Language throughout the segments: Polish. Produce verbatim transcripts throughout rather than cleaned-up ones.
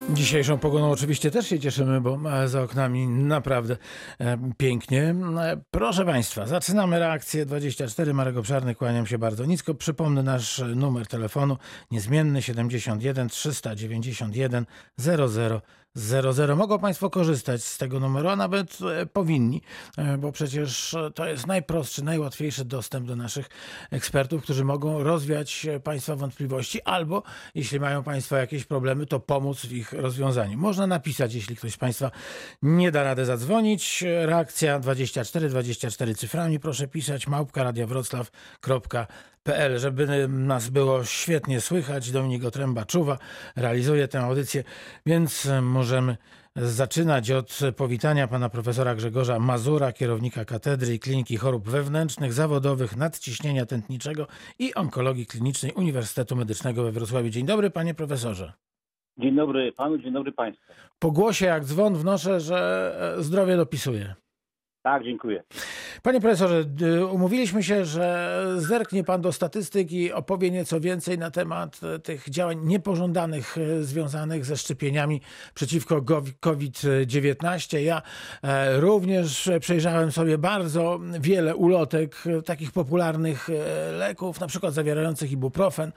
Dzisiejszą pogodą oczywiście też się cieszymy, bo za oknami naprawdę pięknie. Proszę Państwa, zaczynamy reakcję dwadzieścia cztery. Marek Obszarny, kłaniam się bardzo nisko. Przypomnę nasz numer telefonu niezmienny siedemdziesiąt jeden trzysta dziewięćdziesiąt jeden zero zero zero zero. Mogą Państwo korzystać z tego numeru, a nawet powinni, bo przecież to jest najprostszy, najłatwiejszy dostęp do naszych ekspertów, którzy mogą rozwiać Państwa wątpliwości albo, jeśli mają Państwo jakieś problemy, to pomóc w ich rozwiązaniu. Można napisać, jeśli ktoś z Państwa nie da rady zadzwonić. Reakcja dwadzieścia cztery dwadzieścia cztery cyframi. Proszę pisać małpka radiowroclaw kropka p l, żeby nas było świetnie słychać. Dominik Otręba czuwa, realizuje tę audycję, więc możemy zaczynać od powitania pana profesora Grzegorza Mazura, kierownika Katedry i Kliniki Chorób Wewnętrznych, Zawodowych, Nadciśnienia Tętniczego i Onkologii Klinicznej Uniwersytetu Medycznego we Wrocławiu. Dzień dobry, panie profesorze. Dzień dobry panu, dzień dobry państwu. Po głosie jak dzwon wnoszę, że zdrowie dopisuje. Tak, dziękuję. Panie profesorze, umówiliśmy się, że zerknie pan do statystyk i opowie nieco więcej na temat tych działań niepożądanych związanych ze szczepieniami przeciwko kowid dziewiętnaście. Ja również przejrzałem sobie bardzo wiele ulotek takich popularnych leków, na przykład zawierających ibuprofen,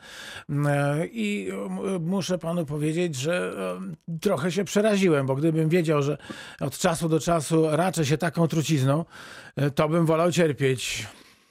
i muszę panu powiedzieć, że trochę się przeraziłem, bo gdybym wiedział, że od czasu do czasu raczę się taką trucizną, to bym wolał cierpieć.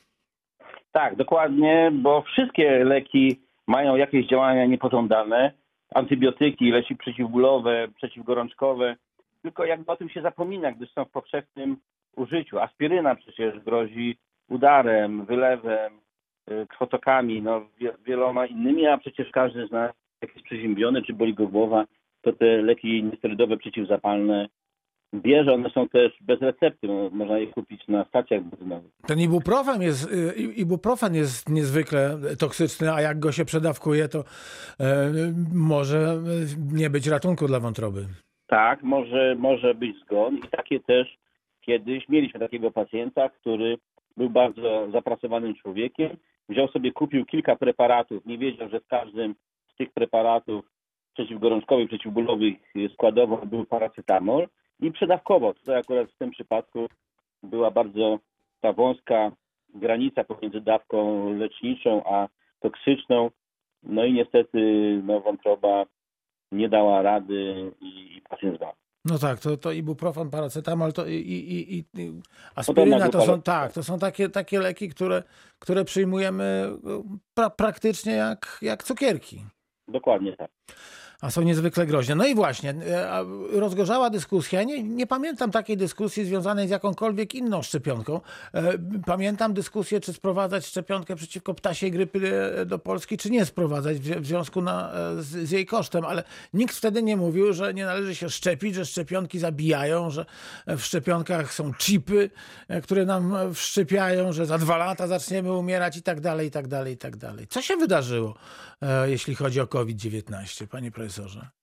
Tak, dokładnie, bo wszystkie leki mają jakieś działania niepożądane. Antybiotyki, leki przeciwbólowe, przeciwgorączkowe. Tylko jakby o tym się zapomina, gdyż są w powszechnym użyciu. Aspiryna przecież grozi udarem, wylewem, krwotokami, no wieloma innymi, a przecież każdy z nas, jak jest przeziębiony czy boli go głowa, to te leki niesterydowe przeciwzapalne bierze. One są też bez recepty, można je kupić na stacjach benzynowych. Ten ibuprofen jest, ibuprofen jest niezwykle toksyczny, a jak go się przedawkuje, to e, może nie być ratunku dla wątroby. Tak, może, może być zgon i takie też kiedyś mieliśmy takiego pacjenta, który był bardzo zapracowanym człowiekiem, wziął sobie, kupił kilka preparatów, nie wiedział, że w każdym z tych preparatów przeciwgorączkowych, przeciwbólowych składowo był paracetamol i przedawkował. Tutaj akurat w tym przypadku była bardzo ta wąska granica pomiędzy dawką leczniczą a toksyczną. No i niestety no, wątroba nie dała rady i, i pacjent zmarł. No tak, to, to ibuprofen, paracetamol to i, i, i aspiryna to są, tak, to są takie, takie leki, które, które przyjmujemy pra, praktycznie jak, jak cukierki. Dokładnie tak. A są niezwykle groźne. No i właśnie, rozgorzała dyskusja. Nie, nie pamiętam takiej dyskusji związanej z jakąkolwiek inną szczepionką. Pamiętam dyskusję, czy sprowadzać szczepionkę przeciwko ptasiej grypy do Polski, czy nie sprowadzać w związku na, z, z jej kosztem, ale nikt wtedy nie mówił, że nie należy się szczepić, że szczepionki zabijają, że w szczepionkach są chipy, które nam wszczepiają, że za dwa lata zaczniemy umierać i tak dalej, i tak dalej, i tak dalej. Co się wydarzyło, jeśli chodzi o kowid dziewiętnaście, panie profesorze?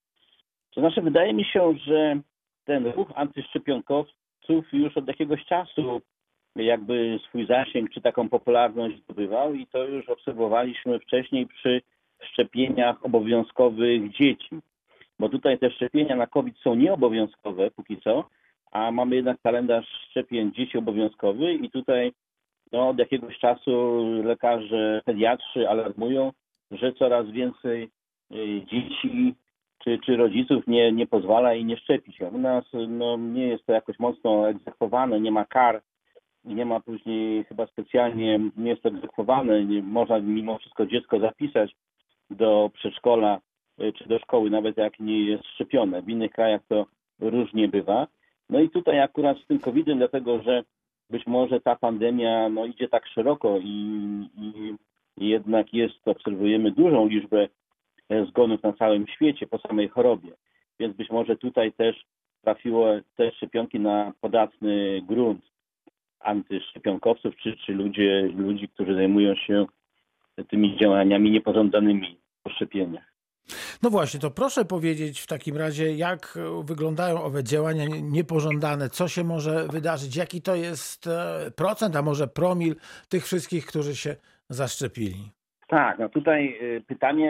To znaczy, wydaje mi się, że ten ruch antyszczepionkowców już od jakiegoś czasu jakby swój zasięg czy taką popularność zdobywał i to już obserwowaliśmy wcześniej przy szczepieniach obowiązkowych dzieci. Bo tutaj te szczepienia na COVID są nieobowiązkowe póki co, a mamy jednak kalendarz szczepień dzieci obowiązkowy i tutaj no, od jakiegoś czasu lekarze, pediatrzy alarmują, że coraz więcej dzieci czy, czy rodziców nie, nie pozwala i nie szczepi się. U nas no, nie jest to jakoś mocno egzekwowane, nie ma kar, nie ma później chyba specjalnie, nie jest to egzekwowane, nie, można mimo wszystko dziecko zapisać do przedszkola czy do szkoły, nawet jak nie jest szczepione. W innych krajach to różnie bywa. No i tutaj akurat z tym kowidem, dlatego że być może ta pandemia no, idzie tak szeroko i, i, i jednak jest, obserwujemy dużą liczbę zgonów na całym świecie po samej chorobie. Więc być może tutaj też trafiło te szczepionki na podatny grunt antyszczepionkowców, czy, czy ludzie, ludzi, którzy zajmują się tymi działaniami niepożądanymi po szczepieniach. No właśnie, to proszę powiedzieć w takim razie, jak wyglądają owe działania niepożądane, co się może wydarzyć, jaki to jest procent, a może promil tych wszystkich, którzy się zaszczepili? Tak, no tutaj pytanie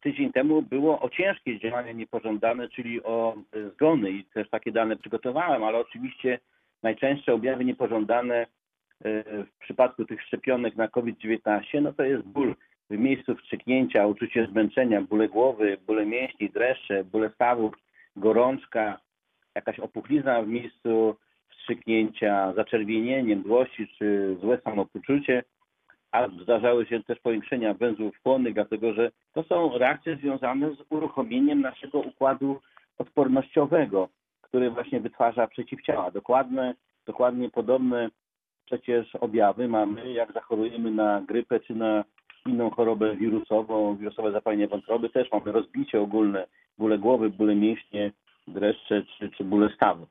tydzień temu było o ciężkie działania niepożądane, czyli o zgony i też takie dane przygotowałem, ale oczywiście najczęstsze objawy niepożądane w przypadku tych szczepionek na COVID dziewiętnaście, no to jest ból w miejscu wstrzyknięcia, uczucie zmęczenia, bóle głowy, bóle mięśni, dreszcze, bóle stawów, gorączka, jakaś opuchlizna w miejscu wstrzyknięcia, zaczerwienienie, mdłości czy złe samopoczucie, a zdarzały się też powiększenia węzłów chłonnych, dlatego że to są reakcje związane z uruchomieniem naszego układu odpornościowego, który właśnie wytwarza przeciwciała. Dokładne, dokładnie podobne przecież objawy mamy, jak zachorujemy na grypę czy na inną chorobę wirusową, wirusowe zapalenie wątroby, też mamy rozbicie ogólne, bóle głowy, bóle mięśnie, dreszcze czy, czy bóle stawów,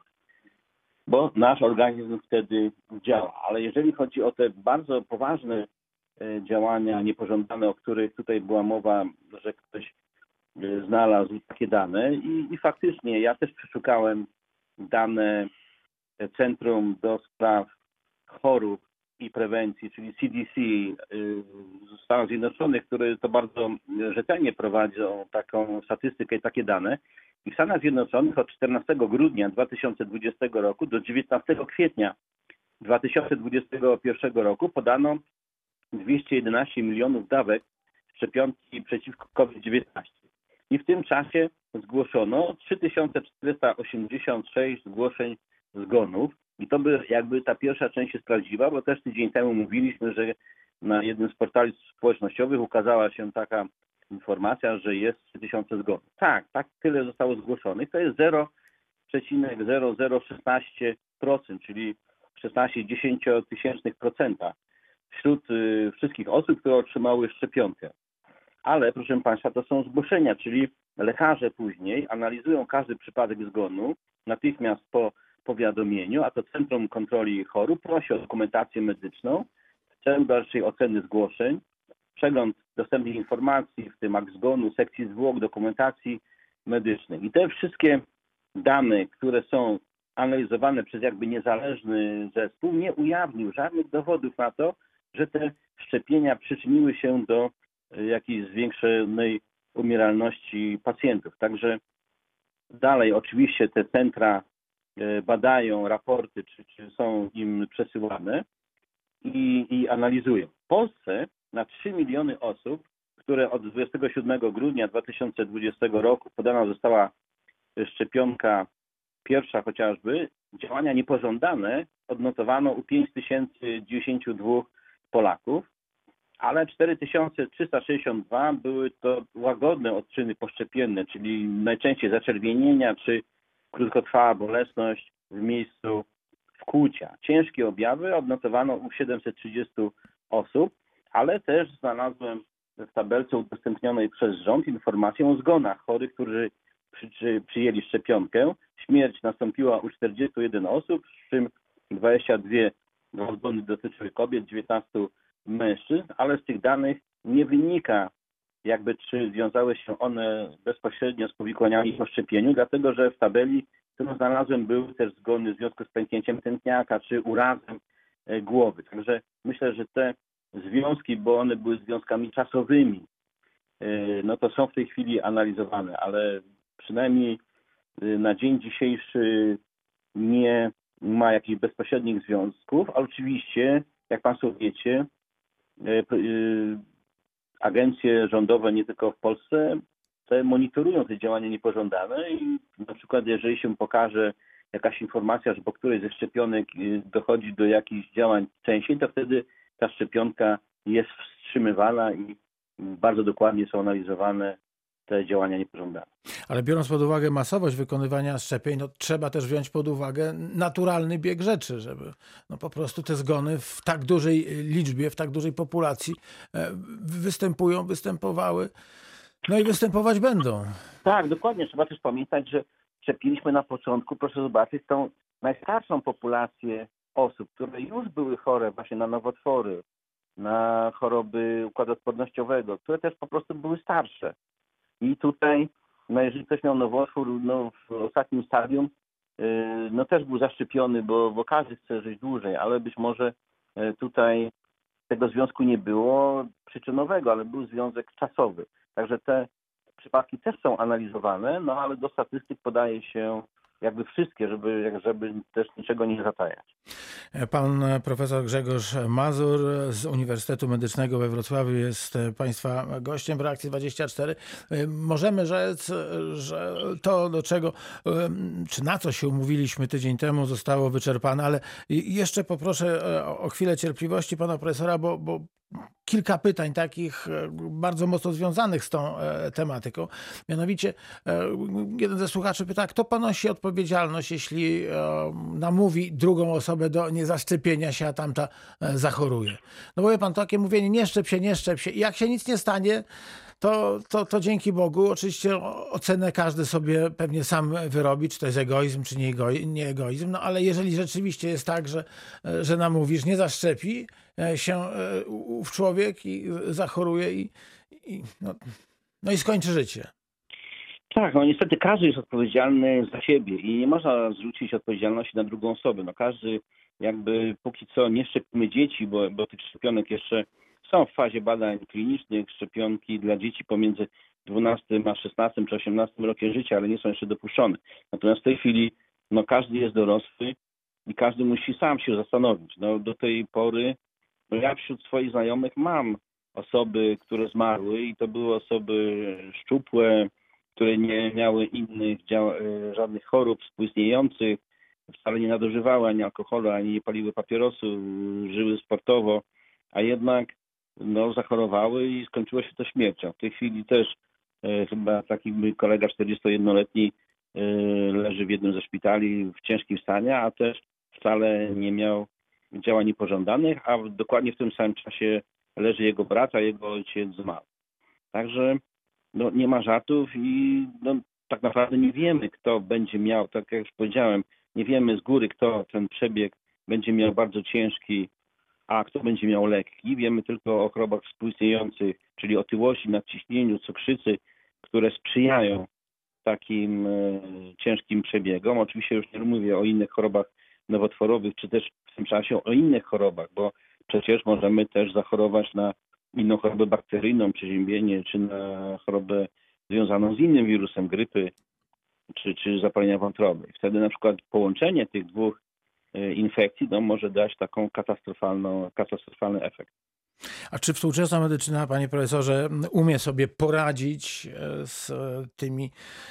bo nasz organizm wtedy działa. Ale jeżeli chodzi o te bardzo poważne działania niepożądane, o których tutaj była mowa, że ktoś znalazł takie dane i, i faktycznie ja też przeszukałem dane Centrum do Spraw Chorób i Prewencji, czyli C D C z Stanów Zjednoczonych, które to bardzo rzetelnie prowadzą taką statystykę i takie dane. I w Stanach Zjednoczonych od czternastego grudnia dwa tysiące dwudziestego roku do dziewiętnastego kwietnia dwa tysiące dwudziestego pierwszego roku podano dwieście jedenaście milionów dawek szczepionki przeciwko COVID dziewiętnaście. I w tym czasie zgłoszono trzy tysiące czterysta osiemdziesiąt sześć zgłoszeń zgonów. I to by jakby ta pierwsza część się sprawdziła, bo też tydzień temu mówiliśmy, że na jednym z portali społecznościowych ukazała się taka informacja, że jest trzy tysiące zgonów. Tak, tak tyle zostało zgłoszonych. To jest zero przecinek zero zero szesnaście procent, czyli szesnaście dziesięciotysięcznych procenta wśród y, wszystkich osób, które otrzymały szczepionkę. Ale proszę Państwa, to są zgłoszenia, czyli lekarze później analizują każdy przypadek zgonu natychmiast po powiadomieniu, a to Centrum Kontroli Chorób prosi o dokumentację medyczną w celu dalszej oceny zgłoszeń, przegląd dostępnych informacji, w tym akt zgonu, sekcji zwłok, dokumentacji medycznej. I te wszystkie dane, które są analizowane przez jakby niezależny zespół, nie ujawnił żadnych dowodów na to, że te szczepienia przyczyniły się do jakiejś zwiększonej umieralności pacjentów. Także dalej oczywiście te centra badają raporty, czy, czy są im przesyłane i, i analizują. W Polsce na trzy miliony osób, które od dwudziestego siódmego grudnia dwa tysiące dwudziestego roku podana została szczepionka pierwsza chociażby, działania niepożądane odnotowano u pięć tysięcy dziewięćdziesięciu dwóch Polaków, ale cztery tysiące trzysta sześćdziesiąt dwa były to łagodne odczyny poszczepienne, czyli najczęściej zaczerwienienia czy krótkotrwała bolesność w miejscu wkłucia. Ciężkie objawy odnotowano u siedemset trzydzieści osób, ale też znalazłem w tabelce udostępnionej przez rząd informację o zgonach chorych, którzy przy, przy, przyjęli szczepionkę. Śmierć nastąpiła u czterdziestu jeden osób, z czym dwadzieścia dwie zgony dotyczyły kobiet, dziewiętnastu mężczyzn, ale z tych danych nie wynika jakby czy związały się one bezpośrednio z powikłaniami po szczepieniu, dlatego że w tabeli, którą znalazłem, były też zgony w związku z pęknięciem tętniaka czy urazem głowy. Także myślę, że te związki, bo one były związkami czasowymi, no to są w tej chwili analizowane, ale przynajmniej na dzień dzisiejszy nie ma jakichś bezpośrednich związków, ale oczywiście, jak Państwo wiecie, agencje rządowe nie tylko w Polsce te monitorują te działania niepożądane i na przykład jeżeli się pokaże jakaś informacja, że po której ze szczepionek dochodzi do jakichś działań częściej, to wtedy ta szczepionka jest wstrzymywana i bardzo dokładnie są analizowane te działania niepożądane. Ale biorąc pod uwagę masowość wykonywania szczepień, no trzeba też wziąć pod uwagę naturalny bieg rzeczy, żeby no po prostu te zgony w tak dużej liczbie, w tak dużej populacji występują, występowały, no i występować będą. Tak, dokładnie. Trzeba też pamiętać, że szczepiliśmy na początku, proszę zobaczyć, tą najstarszą populację osób, które już były chore właśnie na nowotwory, na choroby układu odpornościowego, które też po prostu były starsze. I tutaj, no jeżeli ktoś miał nowotwór no, w ostatnim stadium, yy, no też był zaszczepiony, bo, bo każdy chce żyć dłużej, ale być może yy, tutaj tego związku nie było przyczynowego, ale był związek czasowy. Także te przypadki też są analizowane, no ale do statystyk podaje się jakby wszystkie, żeby, żeby też niczego nie zatajać. Pan profesor Grzegorz Mazur z Uniwersytetu Medycznego we Wrocławiu jest Państwa gościem w Reakcji dwadzieścia cztery. Możemy rzec, że to, do czego, czy na co się umówiliśmy tydzień temu, zostało wyczerpane, ale jeszcze poproszę o chwilę cierpliwości pana profesora, bo, bo kilka pytań takich bardzo mocno związanych z tą tematyką. Mianowicie jeden ze słuchaczy pyta, kto ponosi odpowiedzialność, jeśli namówi drugą osobę do niezaszczepienia się, a tamta zachoruje. No bo wie pan, takie mówienie, nie szczep się, nie szczep się. I jak się nic nie stanie, to, to, to dzięki Bogu. Oczywiście ocenę każdy sobie pewnie sam wyrobi, czy to jest egoizm, czy nie, ego, nie egoizm. No ale jeżeli rzeczywiście jest tak, że, że namówisz, nie zaszczepi się ów człowiek i zachoruje i, i, no, no i skończy życie. Tak, no niestety każdy jest odpowiedzialny za siebie i nie można zrzucić odpowiedzialności na drugą osobę. No każdy jakby póki co nie szczepimy dzieci, bo, bo tych szczepionek jeszcze są w fazie badań klinicznych, szczepionki dla dzieci pomiędzy dwunastym a szesnastym czy osiemnastym rokiem życia, ale nie są jeszcze dopuszczone. Natomiast w tej chwili no każdy jest dorosły i każdy musi sam się zastanowić. No do tej pory no ja wśród swoich znajomych mam osoby, które zmarły i to były osoby szczupłe, które nie miały innych dział- żadnych chorób współistniejących, wcale nie nadużywały ani alkoholu, ani nie paliły papierosu, żyły sportowo, a jednak no, zachorowały i skończyło się to śmiercią. W tej chwili też e, chyba taki mój kolega czterdziestojednoletni e, leży w jednym ze szpitali w ciężkim stanie, a też wcale nie miał działań niepożądanych, a dokładnie w tym samym czasie leży jego brat, a jego ojciec zmarł. Także no, nie ma żartów i no, tak naprawdę nie wiemy, kto będzie miał, tak jak już powiedziałem, nie wiemy z góry, kto ten przebieg będzie miał bardzo ciężki, a kto będzie miał lekki. Wiemy tylko o chorobach współistniejących, czyli otyłości, nadciśnieniu, cukrzycy, które sprzyjają takim e, ciężkim przebiegom. Oczywiście już nie mówię o innych chorobach nowotworowych, czy też w tym czasie o innych chorobach, bo przecież możemy też zachorować na inną chorobę bakteryjną, przeziębienie, czy na chorobę związaną z innym wirusem grypy, czy, czy zapalenia wątroby. Wtedy na przykład połączenie tych dwóch infekcji no, może dać taką katastrofalną, katastrofalny efekt. A czy współczesna medycyna, panie profesorze, umie sobie poradzić z tymi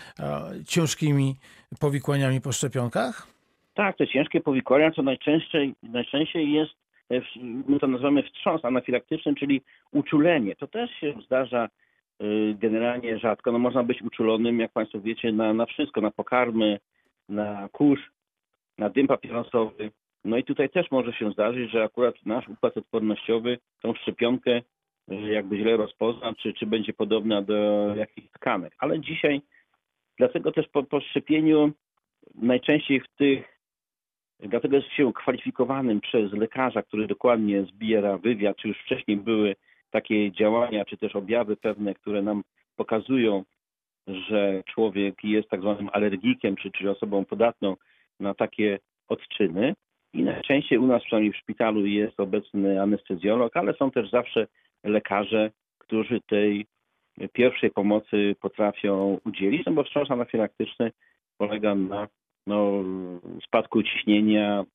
ciężkimi powikłaniami po szczepionkach? Tak, te ciężkie powikłania to najczęściej, najczęściej jest, my to nazywamy wstrząs anafilaktyczny, czyli uczulenie. To też się zdarza generalnie rzadko. No, można być uczulonym, jak państwo wiecie, na, na wszystko, na pokarmy, na kurz, na dym papierosowy. No i tutaj też może się zdarzyć, że akurat nasz układ odpornościowy tą szczepionkę jakby źle rozpozna, czy, czy będzie podobna do jakichś tkanek. Ale dzisiaj, dlatego też po, po szczepieniu najczęściej w tych, dlatego jest się kwalifikowanym przez lekarza, który dokładnie zbiera wywiad, czy już wcześniej były takie działania, czy też objawy pewne, które nam pokazują, że człowiek jest tak zwanym alergikiem, czy, czy osobą podatną na takie odczyny. I najczęściej u nas, przynajmniej w szpitalu, jest obecny anestezjolog, ale są też zawsze lekarze, którzy tej pierwszej pomocy potrafią udzielić, no bo wstrząs anafilaktyczny polega na no, spadku ciśnienia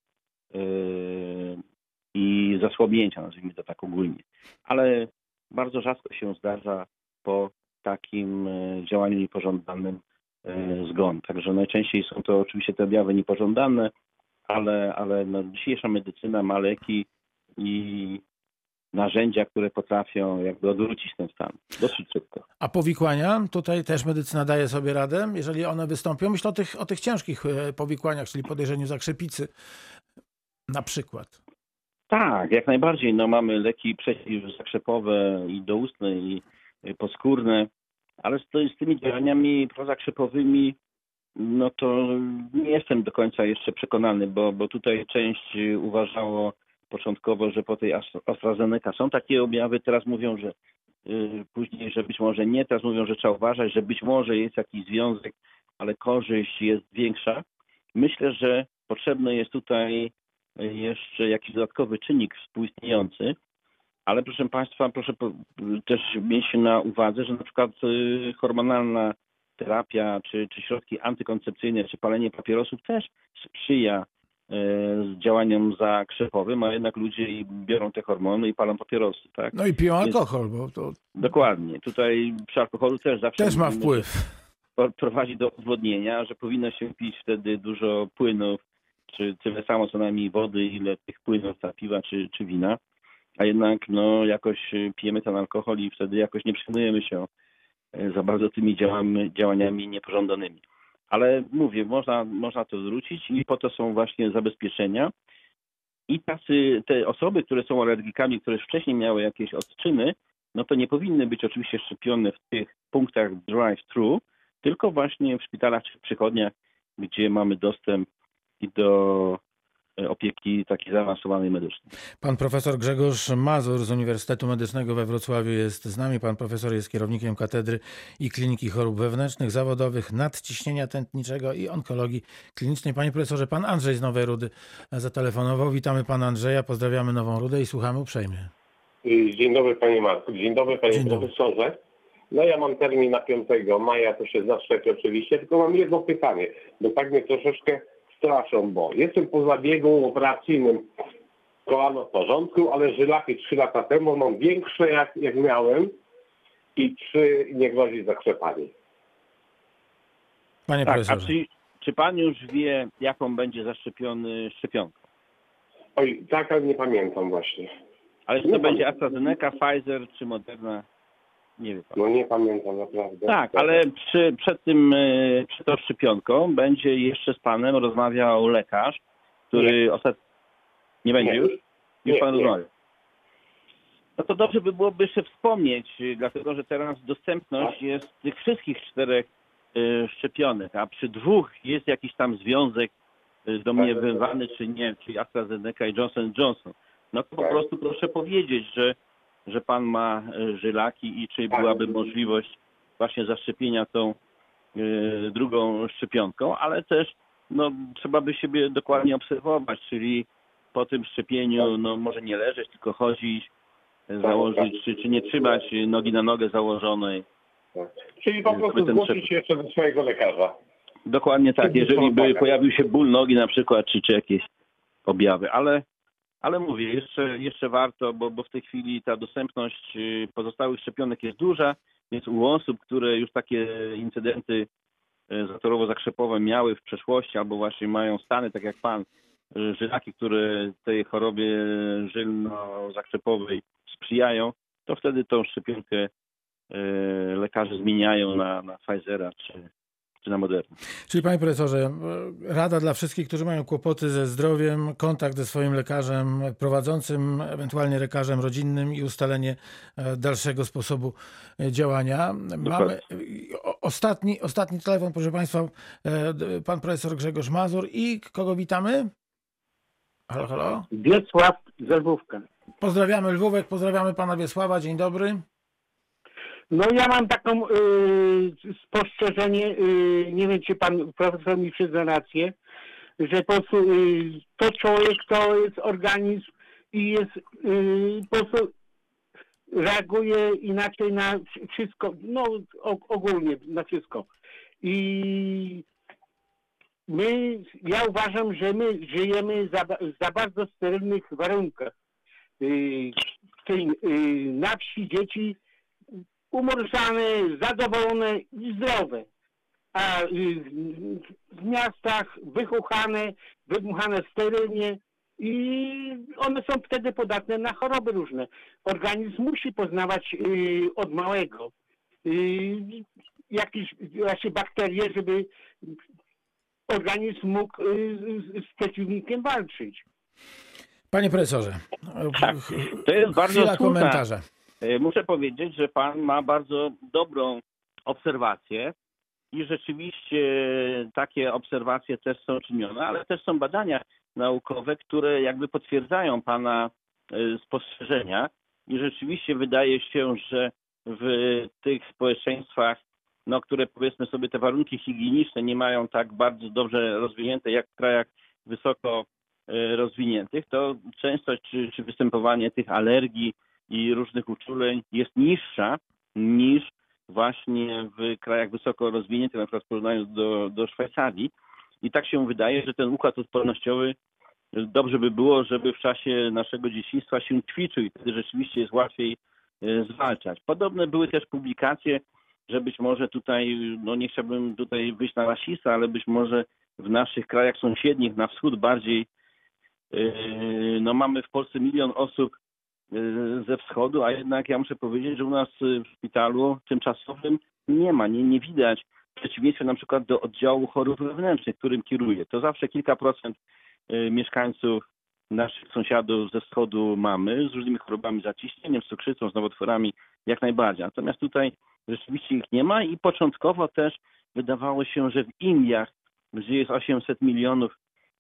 yy, i zasłabnięcia, nazwijmy to tak ogólnie. Ale bardzo rzadko się zdarza po takim działaniu niepożądanym zgon. Także najczęściej są to oczywiście te objawy niepożądane, ale, ale no, dzisiejsza medycyna ma leki i narzędzia, które potrafią jakby odwrócić ten stan. Dosyć szybko. A powikłania? Tutaj też medycyna daje sobie radę, jeżeli one wystąpią. Myślę o tych, o tych ciężkich powikłaniach, czyli podejrzeniu zakrzepicy na przykład. Tak, jak najbardziej. No, mamy leki przeciwzakrzepowe i doustne, i poskórne, ale z, z tymi działaniami prozakrzepowymi no to nie jestem do końca jeszcze przekonany, bo, bo tutaj część uważało początkowo, że po tej AstraZeneca są takie objawy, teraz mówią, że yy, później, że być może nie, teraz mówią, że trzeba uważać, że być może jest jakiś związek, ale korzyść jest większa. Myślę, że potrzebny jest tutaj jeszcze jakiś dodatkowy czynnik współistniejący, Ale proszę Państwa, proszę po- też mieć na uwadze, że na przykład y, hormonalna terapia, czy, czy środki antykoncepcyjne, czy palenie papierosów też sprzyja y, działaniom zakrzepowym, a jednak ludzie i biorą te hormony i palą papierosy, tak? No i piją Więc alkohol, bo to dokładnie. Tutaj przy alkoholu też zawsze też ma mówimy, wpływ. pro- prowadzi do odwodnienia, że powinno się pić wtedy dużo płynów, czy tyle samo co najmniej wody, ile tych płynów ta piwa czy, czy wina, a jednak no jakoś y, pijemy ten alkohol i wtedy jakoś nie przejmujemy się y, za bardzo tymi działami, działaniami niepożądanymi. Ale mówię, można, można to zwrócić i po to są właśnie zabezpieczenia. I tacy, te osoby, które są alergikami, które już wcześniej miały jakieś odczyny, no to nie powinny być oczywiście szczepione w tych punktach drive-thru, tylko właśnie w szpitalach czy w przychodniach, gdzie mamy dostęp i do e, opieki takiej zaawansowanej medycznej. Pan profesor Grzegorz Mazur z Uniwersytetu Medycznego we Wrocławiu jest z nami. Pan profesor jest kierownikiem Katedry i Kliniki Chorób Wewnętrznych, Zawodowych, Nadciśnienia Tętniczego i Onkologii Klinicznej. Panie profesorze, pan Andrzej z Nowej Rudy zatelefonował. Witamy pana Andrzeja, pozdrawiamy Nową Rudę i słuchamy uprzejmie. Dzień dobry panie Marku, dzień dobry panie Dzień dobry. profesorze. No ja mam termin na piątego maja, to się zaszczepię oczywiście, tylko mam jedno pytanie, bo tak mnie troszeczkę straszą, bo jestem po zabiegu operacyjnym kolano w porządku, ale żylaki trzy lata temu mam większe jak, jak miałem i czy nie grozi zakrzepanie. Panie Tak, a profesorze. czy, czy pan już wie, jaką będzie zaszczepiony szczepionką? Oj, tak, ale nie pamiętam właśnie. Ale czy Nie to będzie pamiętam. AstraZeneca, Pfizer czy Moderna? Nie wie pan. No nie pamiętam naprawdę. Tak, ale przy, przed tym, e, przed tą szczepionką będzie jeszcze z panem rozmawiał lekarz, który ostatnio... Nie będzie Nie. już? Już Nie, pan nie. rozmawiał. No to dobrze by byłoby jeszcze wspomnieć, y, dlatego że teraz dostępność jest tych wszystkich czterech y, szczepionek, a przy dwóch jest jakiś tam związek y, domniemywany, czy nie, czyli AstraZeneca i Johnson Johnson. No to po Tak. prostu proszę powiedzieć, że, że pan ma y, żylaki i czy Tak. byłaby możliwość właśnie zaszczepienia tą y, drugą szczepionką, ale też no, trzeba by siebie dokładnie obserwować, czyli po tym szczepieniu no, może nie leżeć, tylko chodzić, założyć, czy, czy nie trzymać nogi na nogę założonej. Tak. Czyli po Żeby prostu ten zgłosić przepis- się jeszcze do swojego lekarza. Dokładnie tak, Żeby jeżeli by pomagać. pojawił się ból nogi na przykład, czy, czy jakieś objawy, ale, ale mówię, jeszcze, jeszcze warto, bo, bo w tej chwili ta dostępność y, pozostałych szczepionek jest duża, więc u osób, które już takie incydenty y, zatorowo-zakrzepowe miały w przeszłości, albo właśnie mają stany, tak jak pan, y, żylaki, które tej chorobie żylno-zakrzepowej sprzyjają, to wtedy tą szczepionkę y, lekarze zmieniają na, na Pfizera czy, czy na Moderna. Czyli panie profesorze, e, rada dla wszystkich, którzy mają kłopoty ze zdrowiem, kontakt ze swoim lekarzem prowadzącym, ewentualnie lekarzem rodzinnym i ustalenie e, dalszego sposobu e, działania. Mamy e, o- ostatni, ostatni telefon, proszę państwa, e, d- pan profesor Grzegorz Mazur i kogo witamy? Halo, halo. Wiesław Zelwówka. Pozdrawiamy Lwówek, pozdrawiamy pana Wiesława, dzień dobry. No ja mam taką y, spostrzeżenie, y, nie wiem czy pan profesor mi przyzna rację, że po prostu y, to człowiek to jest organizm i jest y, po prostu reaguje inaczej na wszy- wszystko, no o, ogólnie na wszystko. I my, ja uważam, że my żyjemy za, ba- za bardzo sterylnych warunkach. Y, w tej, y, na wsi dzieci umorsane, zadowolone i zdrowe. A y, w miastach wychuchane, wydmuchane sterylnie i one są wtedy podatne na choroby różne. Organizm musi poznawać y, od małego y, jakieś właśnie bakterie, żeby organizm mógł y, z- z przeciwnikiem walczyć. Panie profesorze, Tak, to jest bardzo chwila słuszna. komentarza. E, Muszę powiedzieć, że pan ma bardzo dobrą obserwację i rzeczywiście takie obserwacje też są czynione, ale też są badania naukowe, które jakby potwierdzają pana e, spostrzeżenia i rzeczywiście wydaje się, że w tych społeczeństwach, no, które powiedzmy sobie te warunki higieniczne nie mają tak bardzo dobrze rozwinięte jak w krajach wysoko e, rozwiniętych, to częstość czy, czy występowanie tych alergii i różnych uczuleń jest niższa niż właśnie w krajach wysoko rozwiniętych, na przykład w porównaniu do, do Szwajcarii. I tak się wydaje, że ten układ odpornościowy dobrze by było, żeby w czasie naszego dzieciństwa się ćwiczył i wtedy rzeczywiście jest łatwiej zwalczać. Podobne były też publikacje, że być może tutaj, no nie chciałbym tutaj wyjść na rasista, ale być może w naszych krajach sąsiednich, na wschód bardziej, no mamy w Polsce milion osób ze wschodu, a jednak ja muszę powiedzieć, że u nas w szpitalu tymczasowym nie ma, nie, nie widać, w przeciwieństwie na przykład do oddziału chorób wewnętrznych, którym kieruję. To zawsze kilka procent mieszkańców naszych sąsiadów ze wschodu mamy z różnymi chorobami, zaciśnieniem, z cukrzycą, z nowotworami, jak najbardziej. Natomiast tutaj rzeczywiście ich nie ma i początkowo też wydawało się, że w Indiach, gdzie jest osiemset milionów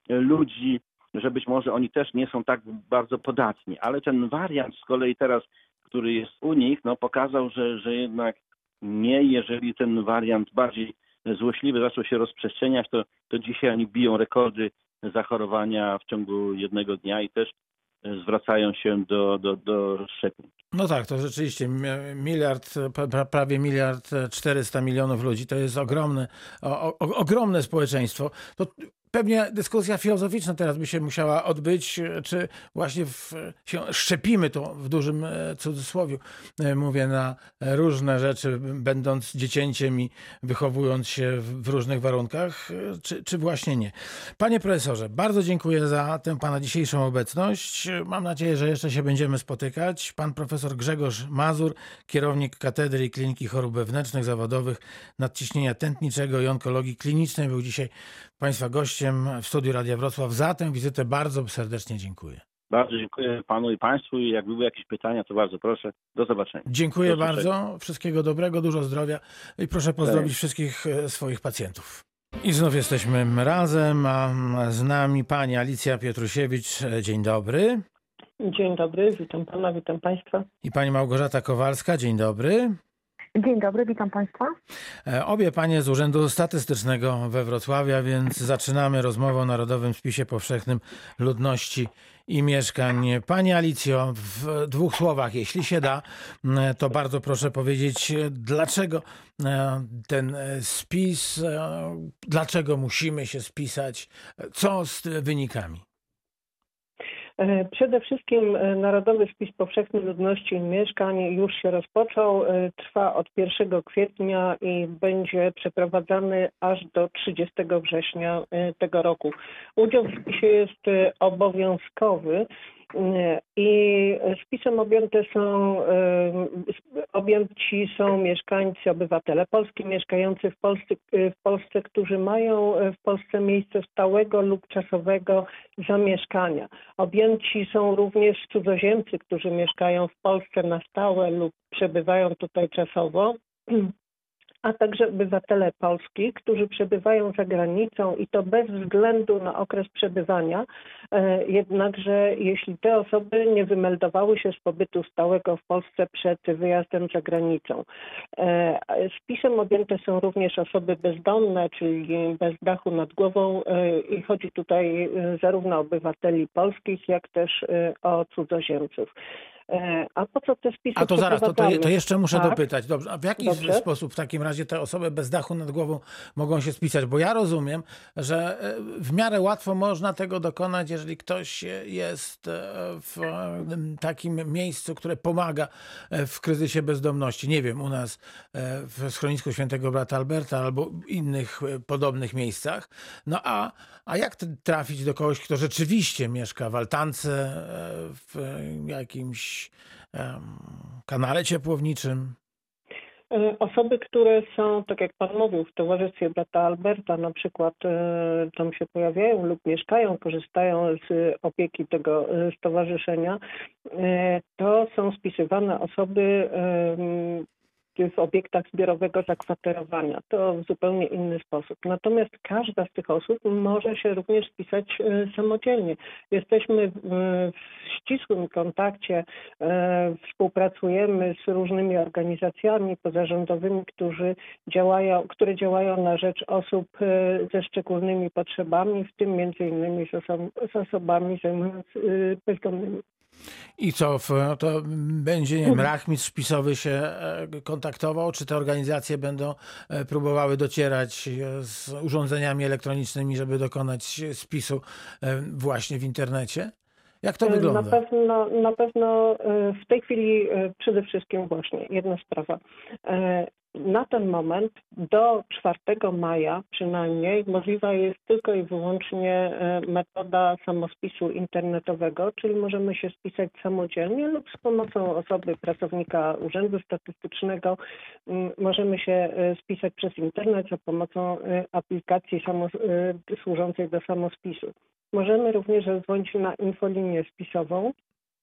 ludzi, że być może oni też nie są tak bardzo podatni. Ale ten wariant z kolei teraz, który jest u nich, no pokazał, że, że jednak nie, jeżeli ten wariant bardziej złośliwy zaczął się rozprzestrzeniać, to, to dzisiaj oni biją rekordy zachorowania w ciągu jednego dnia i też zwracają się do, do, do szczepień. No tak, to rzeczywiście miliard, prawie miliard czterysta milionów ludzi, to jest ogromne, o, o, ogromne społeczeństwo. To pewnie dyskusja filozoficzna teraz by się musiała odbyć, czy właśnie w, się szczepimy, to w dużym cudzysłowiu mówię, na różne rzeczy, będąc dziecięciem i wychowując się w różnych warunkach, czy, czy właśnie nie. Panie profesorze, bardzo dziękuję za tę pana dzisiejszą obecność. Mam nadzieję, że jeszcze się będziemy spotykać. Pan profesor Grzegorz Mazur, kierownik Katedry i Kliniki Chorób Wewnętrznych, Zawodowych, Nadciśnienia Tętniczego i Onkologii Klinicznej, był dzisiaj państwa gościem w studiu Radia Wrocław. Za tę wizytę bardzo serdecznie dziękuję. Bardzo dziękuję panu i państwu i jak były jakieś pytania, to bardzo proszę. Do zobaczenia. Dziękuję Do bardzo. Wszystkiego dobrego, dużo zdrowia i proszę pozdrowić wszystkich swoich pacjentów. I znów jesteśmy razem, a z nami pani Alicja Piotrusiewicz. Dzień dobry. Dzień dobry, witam pana, witam państwa. I pani Małgorzata Kowalska. Dzień dobry. Dzień dobry, witam państwa. Obie panie z Urzędu Statystycznego we Wrocławiu, a więc zaczynamy rozmowę o Narodowym Spisie Powszechnym Ludności i Mieszkań. Pani Alicjo, w dwóch słowach, jeśli się da, to bardzo proszę powiedzieć, dlaczego ten spis, dlaczego musimy się spisać, co z wynikami? Przede wszystkim Narodowy Spis Powszechny Ludności i Mieszkań już się rozpoczął. Trwa od pierwszego kwietnia i będzie przeprowadzany aż do trzydziestego września tego roku. Udział w spisie jest obowiązkowy. I spisem objęte są, objęci są mieszkańcy, obywatele polscy mieszkający w Polsce, w Polsce, którzy mają w Polsce miejsce stałego lub czasowego zamieszkania. Objęci są również cudzoziemcy, którzy mieszkają w Polsce na stałe lub przebywają tutaj czasowo, a także obywatele Polski, którzy przebywają za granicą i to bez względu na okres przebywania, jednakże jeśli te osoby nie wymeldowały się z pobytu stałego w Polsce przed wyjazdem za granicą. Spisem objęte są również osoby bezdomne, czyli bez dachu nad głową i chodzi tutaj zarówno o obywateli polskich, jak też o cudzoziemców. A po co te spisy? A to zaraz, to, to, to jeszcze muszę tak? dopytać. Dobrze, a w jaki Dobrze. sposób w takim razie te osoby bez dachu nad głową mogą się spisać? Bo ja rozumiem, że w miarę łatwo można tego dokonać, jeżeli ktoś jest w takim miejscu, które pomaga w kryzysie bezdomności. Nie wiem, u nas w schronisku Świętego Brata Alberta albo innych podobnych miejscach. No a, a jak trafić do kogoś, kto rzeczywiście mieszka w altance, w jakimś kanale ciepłowniczym? Osoby, które są, tak jak pan mówił, w Towarzystwie Brata Alberta na przykład tam się pojawiają lub mieszkają, korzystają z opieki tego stowarzyszenia, to są spisywane osoby w obiektach zbiorowego zakwaterowania. To w zupełnie inny sposób. Natomiast każda z tych osób może się również spisać samodzielnie. Jesteśmy w ścisłym kontakcie, współpracujemy z różnymi organizacjami pozarządowymi, którzy działają, które działają na rzecz osób ze szczególnymi potrzebami, w tym między innymi z, oso- z osobami zajmującymi bezdomnymi. I co, w- to będzie, nie wiem, rachmistrz spisowy się e, kontaktował, czy te organizacje będą e, próbowały docierać e, z urządzeniami elektronicznymi, żeby dokonać spisu e, właśnie w internecie? Jak to Na wygląda? pewno, na pewno e, w tej chwili e, przede wszystkim właśnie jedna sprawa. E, Na ten moment do czwartego maja przynajmniej możliwa jest tylko i wyłącznie e, metoda samospisu internetowego, czyli możemy się spisać samodzielnie lub z pomocą osoby, pracownika Urzędu Statystycznego. M, Możemy się e, spisać przez internet za pomocą e, aplikacji samo, e, służącej do samospisu. Możemy również zadzwonić na infolinię spisową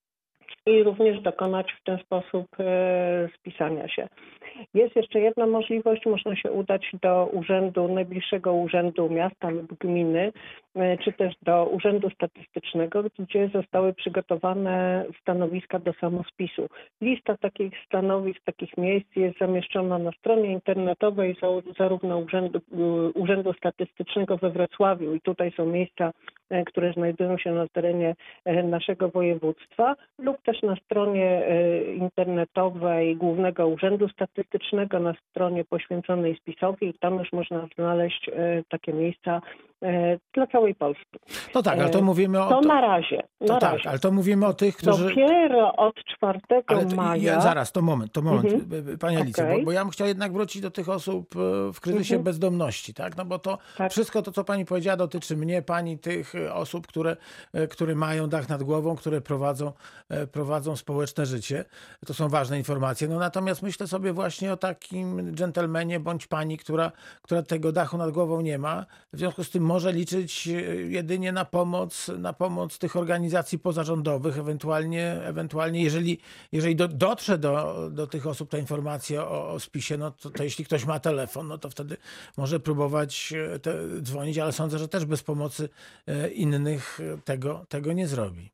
i również dokonać w ten sposób e, spisania się. Jest jeszcze jedna możliwość, można się udać do urzędu, najbliższego urzędu miasta lub gminy, e, czy też do urzędu statystycznego, gdzie zostały przygotowane stanowiska do samospisu. Lista takich stanowisk, takich miejsc jest zamieszczona na stronie internetowej za- zarówno urzędu, urzędu statystycznego we Wrocławiu i tutaj są miejsca, e, które znajdują się na terenie e, naszego województwa, lub też na stronie e, internetowej Głównego Urzędu Statystycznego, na stronie poświęconej spisowi i tam już można znaleźć e, takie miejsca e, dla całej Polski. No tak, ale to E, mówimy o... To To, na razie, to na tak, razie. ale to mówimy o tych, którzy... Dopiero od czwartego Ale to, maja... ja, zaraz, to moment, to moment, Mhm. Pani Alicjo, bo, Okej. bo ja bym chciał jednak wrócić do tych osób e, w kryzysie Mhm. bezdomności, tak? No bo to Tak. wszystko to, co Pani powiedziała, dotyczy mnie, Pani, tych e, osób, które, e, które mają dach nad głową, które prowadzą, e, prowadzą społeczne życie. To są ważne informacje. No natomiast myślę sobie właśnie o takim dżentelmenie bądź pani, która, która tego dachu nad głową nie ma. W związku z tym może liczyć e, jedynie na pomoc, na pomoc tych organizacji pozarządowych, ewentualnie, ewentualnie jeżeli, jeżeli do, dotrze do, do tych osób ta informacja o, o spisie, no to, to jeśli ktoś ma telefon, no to wtedy może próbować e, te, dzwonić, ale sądzę, że też bez pomocy e, innych e, tego, tego nie zrobi.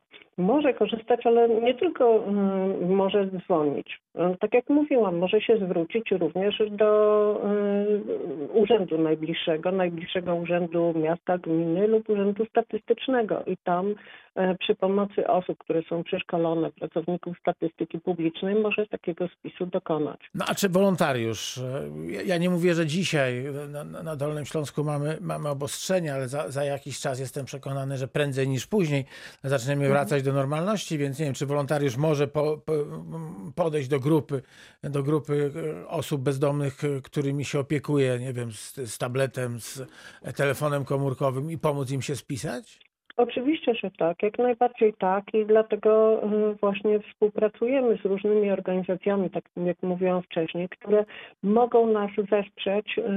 Może korzystać, ale nie tylko mm, może dzwonić. E, Tak jak mówiłam, może się zwrócić również do y, urzędu najbliższego, najbliższego urzędu miasta, gminy lub urzędu statystycznego i tam e, przy pomocy osób, które są przeszkolone, pracowników statystyki publicznej, może takiego spisu dokonać. No a czy wolontariusz? E, Ja ja nie mówię, że dzisiaj na, na na Dolnym Śląsku mamy, mamy obostrzenia, ale za, za jakiś czas jestem przekonany, że prędzej niż później zaczniemy wracać do normalności, więc nie wiem, czy wolontariusz może po, po, podejść do grupy, do grupy e, osób bezdomnych, e, którymi się opiekuje, nie wiem, z, z tabletem, z telefonem komórkowym i pomóc im się spisać? Oczywiście, że tak, jak najbardziej tak i dlatego y, właśnie współpracujemy z różnymi organizacjami, tak jak mówiłam wcześniej, które mogą nas wesprzeć y,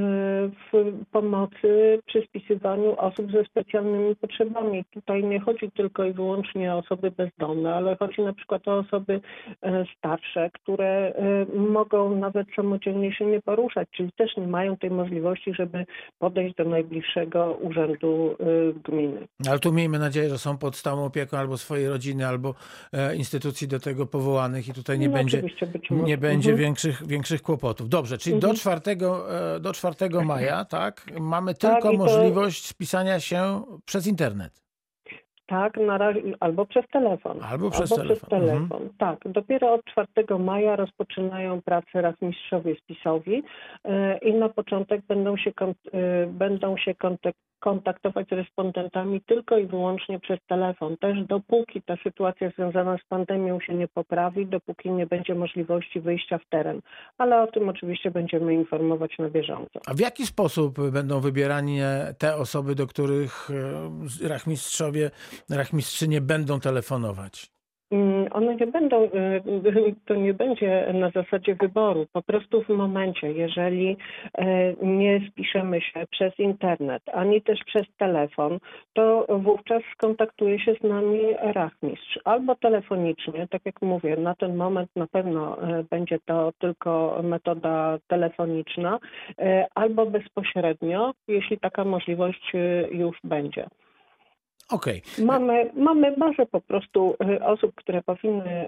w pomocy przy spisywaniu osób ze specjalnymi potrzebami. Tutaj nie chodzi tylko i wyłącznie o osoby bezdomne, ale chodzi na przykład o osoby y, starsze, które y, mogą nawet samodzielnie się nie poruszać, czyli też nie mają tej możliwości, żeby podejść do najbliższego urzędu y, gminy. Ale tu miejmy nadzieję, że są pod stałą opieką albo swojej rodziny, albo e, instytucji do tego powołanych i tutaj nie No, będzie, oczywiście, być może. nie będzie Mhm. większych, większych kłopotów. Dobrze, czyli do Mhm. czwartego, e, do czwartego maja, tak, mamy Tak, tylko i to- możliwość spisania się przez internet. Tak, na razie, albo przez telefon. Albo przez albo telefon. Przez telefon. Tak, dopiero od czwartego maja rozpoczynają pracę rachmistrzowie spisowi e, i na początek będą się, kon, e, będą się kontek- kontaktować z respondentami tylko i wyłącznie przez telefon. Też dopóki ta sytuacja związana z pandemią się nie poprawi, dopóki nie będzie możliwości wyjścia w teren. Ale o tym oczywiście będziemy informować na bieżąco. A w jaki sposób będą wybierani te osoby, do których e, rachmistrzowie, rachmistrzynie będą telefonować? Mm, One nie będą, y, to nie będzie na zasadzie wyboru. Po prostu w momencie, jeżeli e, nie spiszemy się przez internet, ani też przez telefon, to wówczas skontaktuje się z nami rachmistrz. Albo telefonicznie, tak jak mówię, na ten moment na pewno e, będzie to tylko metoda telefoniczna, e, albo bezpośrednio, jeśli taka możliwość e, już będzie. Okej. Mamy, mamy bazę po prostu y, osób, które powinny,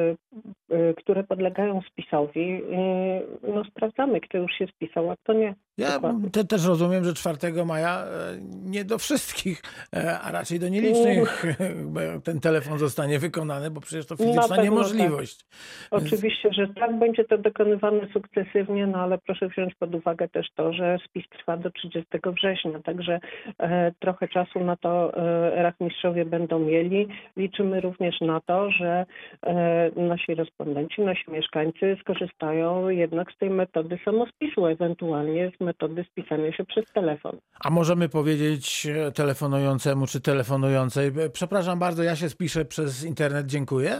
y, y, które podlegają spisowi. Y, No sprawdzamy, kto już się spisał, a kto nie. Ja Dokładnie. te, też rozumiem, że czwartego maja e, nie do wszystkich, e, a raczej do nielicznych bo ten telefon zostanie wykonany, bo przecież to Na fizyczna pewno niemożliwość. Oczywiście, że tak, będzie to dokonywane sukcesywnie, no ale proszę wziąć pod uwagę też to, że spis trwa do trzydziestego września, także e, trochę czasu na to e, rachmistrzowie będą mieli. Liczymy również na to, że e, nasi respondenci, nasi mieszkańcy skorzystają jednak z tej metody samospisu, ewentualnie z metody spisania się przez telefon. A możemy powiedzieć e, telefonującemu czy telefonującej, e, przepraszam bardzo, ja się spiszę przez internet, dziękuję?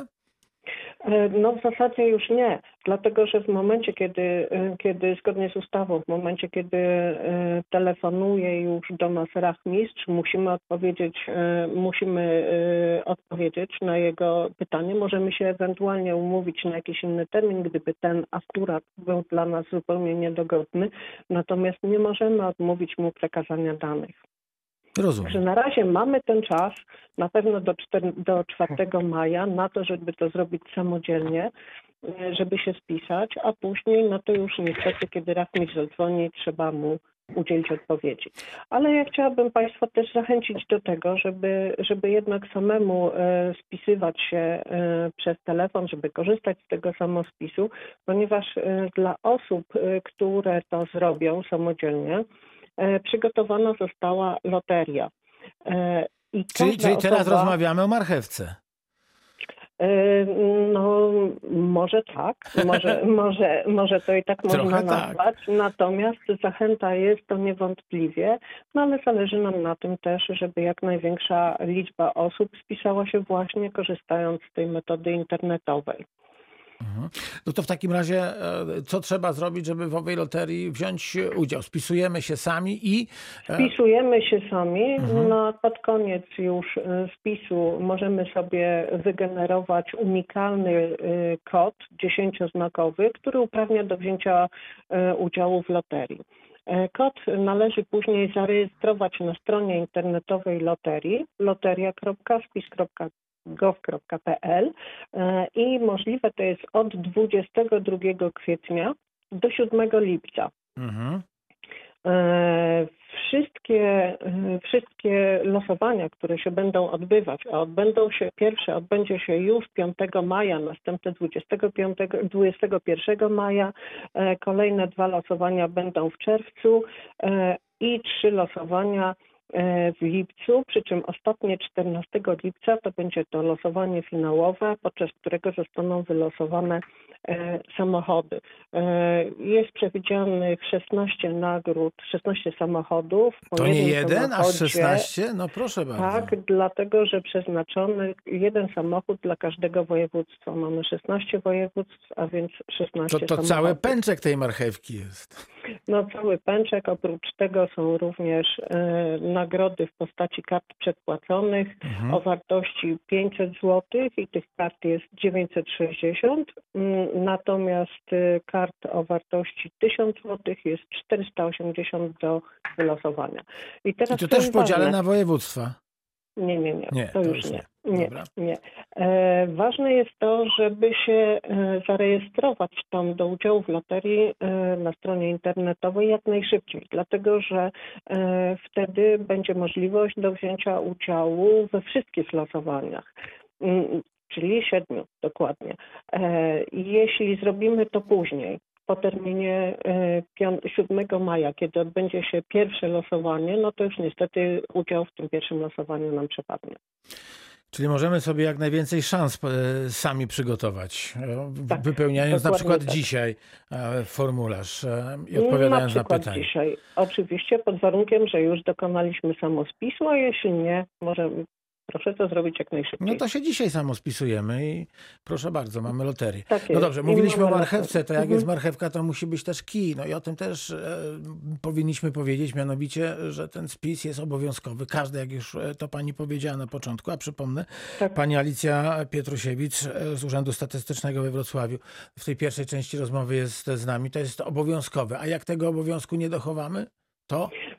E, No w zasadzie już nie, dlatego że w momencie, kiedy, e, kiedy zgodnie z ustawą, w momencie, kiedy e, telefonuje już do nas rachmistrz, musimy odpowiedzieć, e, musimy e, odpowiedzieć na jego pytanie. Możemy się ewentualnie umówić na jakiś inny termin, gdyby ten akurat był dla nas zupełnie niedogodny, natomiast nie możemy odmówić mu przekazania danych. Rozumiem. Że na razie mamy ten czas, na pewno do, czter- do czwartego maja, na to, żeby to zrobić samodzielnie, e, żeby się spisać, a później, no to już niestety, kiedy rachmistrz zadzwoni, trzeba mu udzielić odpowiedzi. Ale ja chciałabym Państwa też zachęcić do tego, żeby, żeby jednak samemu e, spisywać się e, przez telefon, żeby korzystać z tego samospisu, ponieważ e, dla osób, e, które to zrobią samodzielnie, e, przygotowana została loteria. E, i Czyli, każda czyli teraz osoba- rozmawiamy o marchewce. E, No, może tak, może, może, może to i tak można Trochę tak. nazwać, natomiast zachęta jest to niewątpliwie, no ale zależy nam na tym też, żeby jak największa liczba osób spisała się właśnie korzystając z tej metody internetowej. Mhm. No to w takim razie e, co trzeba zrobić, żeby w owej loterii wziąć udział? Spisujemy się sami i... e, Wpisujemy się sami, Mhm. no, pod koniec już y, spisu możemy sobie wygenerować unikalny y, kod dziesięcioznakowy, który uprawnia do wzięcia y, udziału w loterii. E, Kod należy później zarejestrować na stronie internetowej loterii loteria kropka spis kropka gov kropka pe el e, i możliwe to jest od dwudziestego drugiego kwietnia do siódmego lipca. Mhm. E, Wszystkie, e, wszystkie losowania, które się będą odbywać, a odbędą się, pierwsze odbędzie się już piątego maja, następne dwudziestego piątego, dwudziestego pierwszego maja, e, kolejne dwa losowania będą w czerwcu e, i trzy losowania e, w lipcu, przy czym ostatnie czternastego lipca to będzie to losowanie finałowe, podczas którego zostaną wylosowane e, samochody. E, Jest przewidzianych szesnaście nagród, szesnaście samochodów. Po To nie jednym jeden, aż samochodzie. szesnaście? No proszę bardzo. Tak, dlatego że przeznaczony jeden samochód dla każdego województwa. Mamy szesnaście województw, a więc szesnaście To, to samochodów. cały pęczek tej marchewki jest. No cały pęczek, oprócz tego są również e, nagrody w postaci kart przedpłaconych Mhm. o wartości pięćset złotych i tych kart jest dziewięćset sześćdziesiąt, mm, natomiast e, kart o wartości tysiąc złotych jest czterysta osiemdziesiąt do wylosowania. I I teraz to co też w jest podziale ważne? na województwa. Nie, nie, nie, Nie, to, to już już nie. nie. Nie, Dobra. nie. E, ważne jest to, żeby się e, zarejestrować tam do udziału w loterii e, na stronie internetowej jak najszybciej, dlatego że e, wtedy będzie możliwość do wzięcia udziału we wszystkich losowaniach. Mm, Czyli siedmiu dokładnie. E, Jeśli zrobimy to później, po terminie e, pią- siódmego maja, kiedy odbędzie się pierwsze losowanie, no to już niestety udział w tym pierwszym losowaniu nam przepadnie. Czyli możemy sobie jak najwięcej szans e, sami przygotować, e, w- Tak, wypełniając na dokładnie przykład tak. dzisiaj e, formularz e, i odpowiadając na, na przykład pytania. dzisiaj. Oczywiście pod warunkiem, że już dokonaliśmy samospisu, a jeśli nie, możemy, proszę to zrobić jak najszybciej. No to się dzisiaj samo spisujemy i proszę bardzo, mamy loterię. Tak No jest. dobrze, I mówiliśmy o mamy marchewce, to jak loterię. jest marchewka, to musi być też kij. No i o tym też e, powinniśmy powiedzieć, mianowicie, że ten spis jest obowiązkowy. Każdy, jak już e, to pani powiedziała na początku, a przypomnę, Tak. pani Alicja Pietrusiewicz e, z Urzędu Statystycznego we Wrocławiu w tej pierwszej części rozmowy jest z nami, to jest obowiązkowe. A jak tego obowiązku nie dochowamy, to...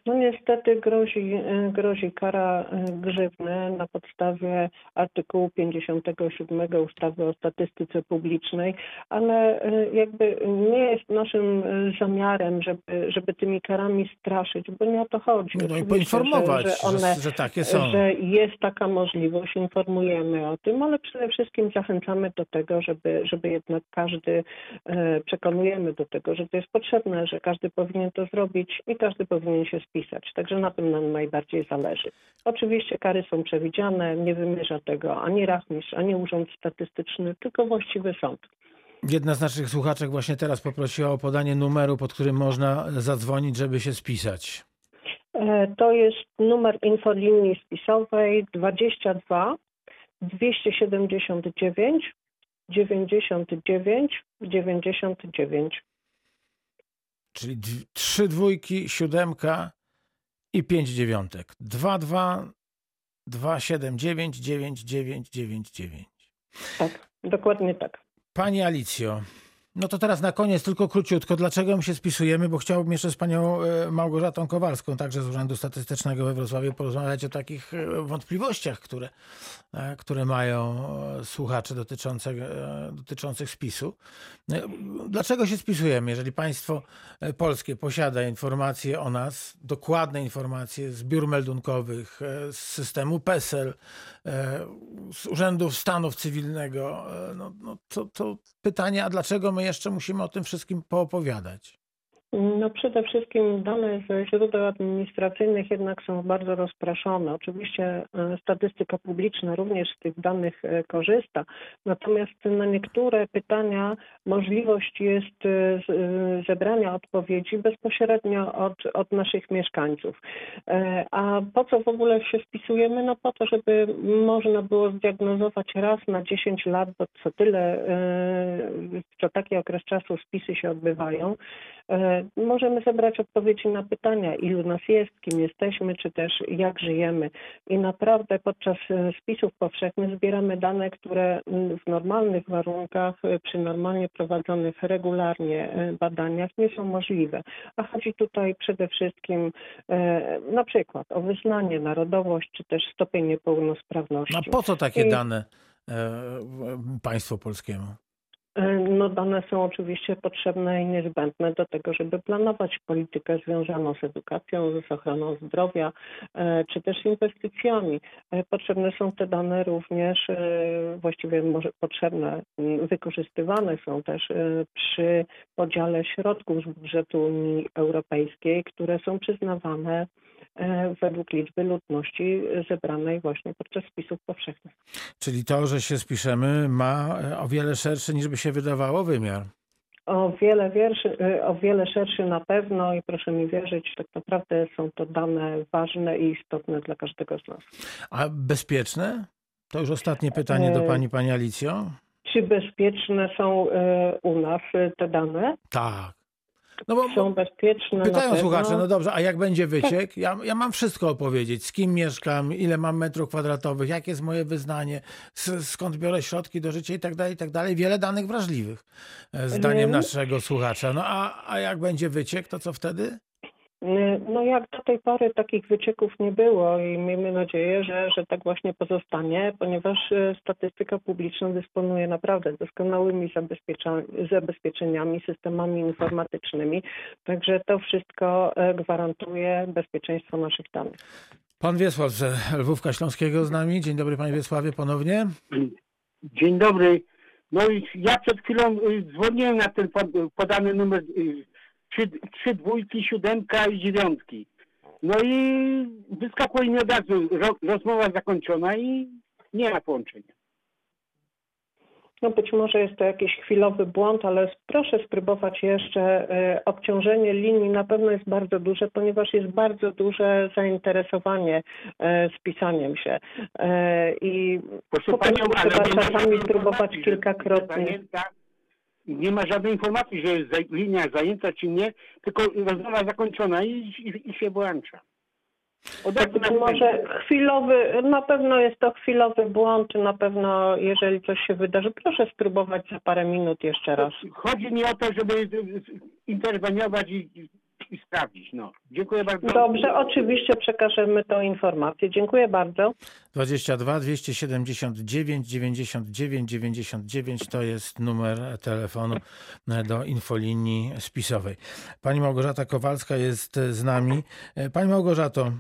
No niestety grozi, grozi kara grzywny na podstawie artykułu pięćdziesiątego siódmego ustawy o statystyce publicznej, ale jakby nie jest naszym zamiarem, żeby, żeby tymi karami straszyć, bo nie o to chodzi. No i Oczywiście, poinformować, że, że, one, że, że takie są. że jest taka możliwość, informujemy o tym, ale przede wszystkim zachęcamy do tego, żeby, żeby jednak każdy, przekonujemy do tego, że to jest potrzebne, że każdy powinien to zrobić i każdy powinien się spisać. Także na tym nam najbardziej zależy. Oczywiście kary są przewidziane, nie wymierza tego ani rachmistrz, ani Urząd Statystyczny, tylko właściwy sąd. Jedna z naszych słuchaczek właśnie teraz poprosiła o podanie numeru, pod którym można zadzwonić, żeby się spisać. To jest numer infolinii spisowej dwadzieścia dwa dwieście siedemdziesiąt dziewięć dziewięćdziesiąt dziewięć dziewięćdziesiąt dziewięć. Czyli d- trzy dwójki, siódemka i pięć dziewiątek. dwa dwa dwa siedem dziewięć dziewięć dziewięć dziewięć dziewięć. Tak, dokładnie tak. Pani Alicjo, no to teraz na koniec tylko króciutko. Dlaczego my się spisujemy? Bo chciałbym jeszcze z panią Małgorzatą Kowalską, także z Urzędu Statystycznego we Wrocławiu, porozmawiać o takich wątpliwościach, które, które mają słuchacze dotyczące, dotyczących spisu. Dlaczego się spisujemy? Jeżeli państwo polskie posiada informacje o nas, dokładne informacje z biur meldunkowych, z systemu PESEL, z urzędów stanów cywilnego, no, no to, to pytanie, a dlaczego my jeszcze musimy o tym wszystkim poopowiadać? No przede wszystkim dane ze źródeł administracyjnych jednak są bardzo rozproszone. Oczywiście statystyka publiczna również z tych danych korzysta, natomiast na niektóre pytania możliwość jest zebrania odpowiedzi bezpośrednio od, od naszych mieszkańców. A po co w ogóle się spisujemy? No po to, żeby można było zdiagnozować raz na dziesięć lat, bo co tyle, co taki okres czasu spisy się odbywają, możemy zebrać odpowiedzi na pytania, ilu nas jest, kim jesteśmy, czy też jak żyjemy. I naprawdę podczas spisów powszechnych zbieramy dane, które w normalnych warunkach, przy normalnie prowadzonych regularnie badaniach nie są możliwe. A chodzi tutaj przede wszystkim na przykład o wyznanie, narodowość, czy też stopień niepełnosprawności. A po co takie I... dane e, państwu polskiemu? No dane są oczywiście potrzebne i niezbędne do tego, żeby planować politykę związaną z edukacją, z ochroną zdrowia, czy też inwestycjami. Potrzebne są te dane również, właściwie może potrzebne, wykorzystywane są też przy podziale środków z budżetu Unii Europejskiej, które są przyznawane według liczby ludności zebranej właśnie podczas spisów powszechnych. Czyli to, że się spiszemy, ma o wiele szerszy niż by się wydawało wymiar. O wiele, wierszy, o wiele szerszy na pewno i proszę mi wierzyć, tak naprawdę są to dane ważne i istotne dla każdego z nas. A bezpieczne? To już ostatnie pytanie do pani, pani Alicjo. Czy bezpieczne są u nas te dane? Tak. No bo są bezpieczne. Pytają słuchacze, no dobrze, a jak będzie wyciek? Ja, ja mam wszystko opowiedzieć, z kim mieszkam, ile mam metrów kwadratowych, jakie jest moje wyznanie, skąd biorę środki do życia i tak dalej, i tak dalej. Wiele danych wrażliwych, zdaniem naszego słuchacza. No a, a jak będzie wyciek, to co wtedy? No jak do tej pory takich wycieków nie było i miejmy nadzieję, że, że tak właśnie pozostanie, ponieważ statystyka publiczna dysponuje naprawdę doskonałymi zabezpieczeniami, systemami informatycznymi, także to wszystko gwarantuje bezpieczeństwo naszych danych. Pan Wiesław z Lwówka Śląskiego z nami. Dzień dobry panie Wiesławie ponownie. Dzień dobry. No i ja przed chwilą dzwoniłem na ten podany numer Trzy, trzy dwójki, siódemka i dziewiątki. No i wyskakuje mi od razu ro, rozmowa zakończona i nie ma połączenia. No być może jest to jakiś chwilowy błąd, ale proszę spróbować jeszcze. Obciążenie linii na pewno jest bardzo duże, ponieważ jest bardzo duże zainteresowanie spisaniem się. I proszę panią, ale trzeba czasami spróbować kilkakrotnie. Nie ma żadnej informacji, że jest linia zajęta czy nie, tylko rozmowa zakończona i, i, i się włącza. Być może chwilowy, na pewno jest to chwilowy błąd, na pewno jeżeli coś się wydarzy, proszę spróbować za parę minut jeszcze raz. Chodzi mi o to, żeby interweniować i i sprawdzić. No. Dziękuję bardzo. Dobrze, oczywiście przekażemy tą informację. Dziękuję bardzo. dwadzieścia dwa dwieście siedemdziesiąt dziewięć dziewięćdziesiąt dziewięć dziewięćdziesiąt dziewięć to jest numer telefonu do infolinii spisowej. Pani Małgorzata Kowalska jest z nami. Pani Małgorzato,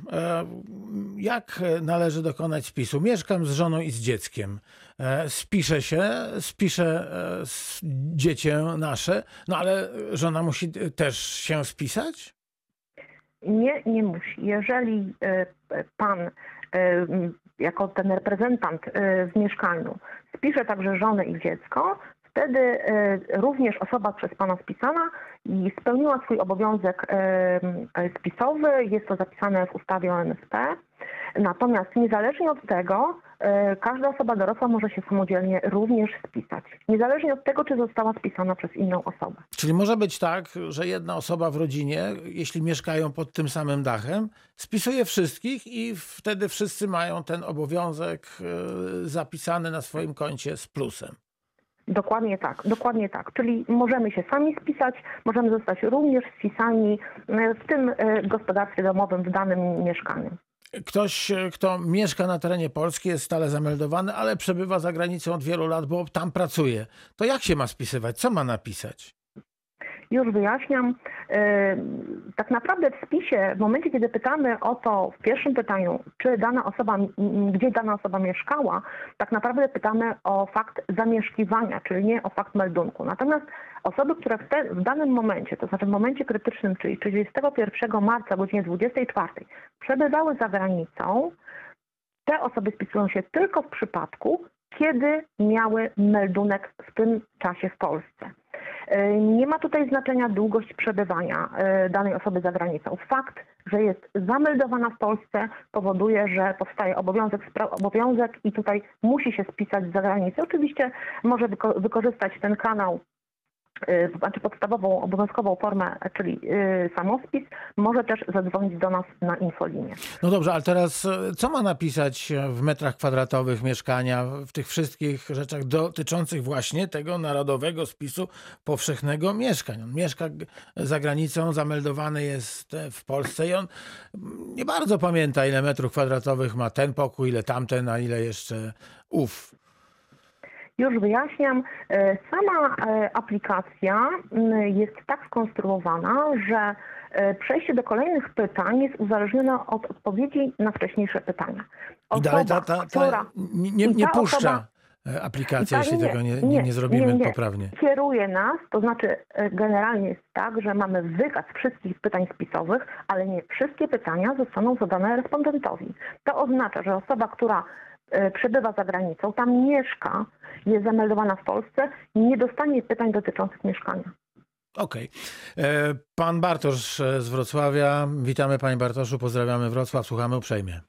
jak należy dokonać spisu? Mieszkam z żoną i z dzieckiem. Spiszę się, spiszę dziecię nasze, no ale żona musi też się spisać? Nie, nie musi. Jeżeli e, pan e, jako ten reprezentant e, w mieszkaniu spisze także żonę i dziecko, wtedy e, również osoba przez pana spisana i spełniła swój obowiązek e, spisowy. Jest to zapisane w ustawie o N S P. Natomiast niezależnie od tego, e, każda osoba dorosła może się samodzielnie również spisać. Niezależnie od tego, czy została spisana przez inną osobę. Czyli może być tak, że jedna osoba w rodzinie, jeśli mieszkają pod tym samym dachem, spisuje wszystkich i wtedy wszyscy mają ten obowiązek e, zapisany na swoim koncie z plusem. Dokładnie tak, dokładnie tak. Czyli możemy się sami spisać, możemy zostać również spisani w tym e, gospodarstwie domowym w danym mieszkaniu. Ktoś, kto mieszka na terenie Polski, jest stale zameldowany, ale przebywa za granicą od wielu lat, bo tam pracuje. To jak się ma spisywać? Co ma napisać? Już wyjaśniam. Tak naprawdę w spisie, w momencie, kiedy pytamy o to w pierwszym pytaniu, czy dana osoba, gdzie dana osoba mieszkała, tak naprawdę pytamy o fakt zamieszkiwania, czyli nie o fakt meldunku. Natomiast osoby, które w, te, w danym momencie, to znaczy w momencie krytycznym, czyli trzydziestego pierwszego marca o godzinie dwudziestej czwartej, przebywały za granicą, te osoby spisują się tylko w przypadku, kiedy miały meldunek w tym czasie w Polsce. Nie ma tutaj znaczenia długość przebywania danej osoby za granicą. Fakt, że jest zameldowana w Polsce, powoduje, że powstaje obowiązek, obowiązek i tutaj musi się spisać za granicę. Oczywiście może wyko- wykorzystać ten kanał, znaczy podstawową, obowiązkową formę, czyli samospis, może też zadzwonić do nas na infolinię. No dobrze, ale teraz co ma napisać w metrach kwadratowych mieszkania, w tych wszystkich rzeczach dotyczących właśnie tego narodowego spisu powszechnego mieszkań? On mieszka za granicą, zameldowany jest w Polsce i on nie bardzo pamięta, ile metrów kwadratowych ma ten pokój, ile tamten, a ile jeszcze ów. Już wyjaśniam. Sama aplikacja jest tak skonstruowana, że przejście do kolejnych pytań jest uzależnione od odpowiedzi na wcześniejsze pytania. Osoba, I dalej ta, ta, ta która, nie, nie ta puszcza osoba, aplikacja, jeśli nie, tego nie, nie, nie zrobimy nie, nie. poprawnie. Kieruje nas, to znaczy generalnie jest tak, że mamy wykaz wszystkich pytań spisowych, ale nie wszystkie pytania zostaną zadane respondentowi. To oznacza, że osoba, która przebywa za granicą, tam mieszka, jest zameldowana w Polsce, nie dostanie pytań dotyczących mieszkania. Okej. Okay. Pan Bartosz z Wrocławia. Witamy panie Bartoszu, pozdrawiamy Wrocław, słuchamy uprzejmie.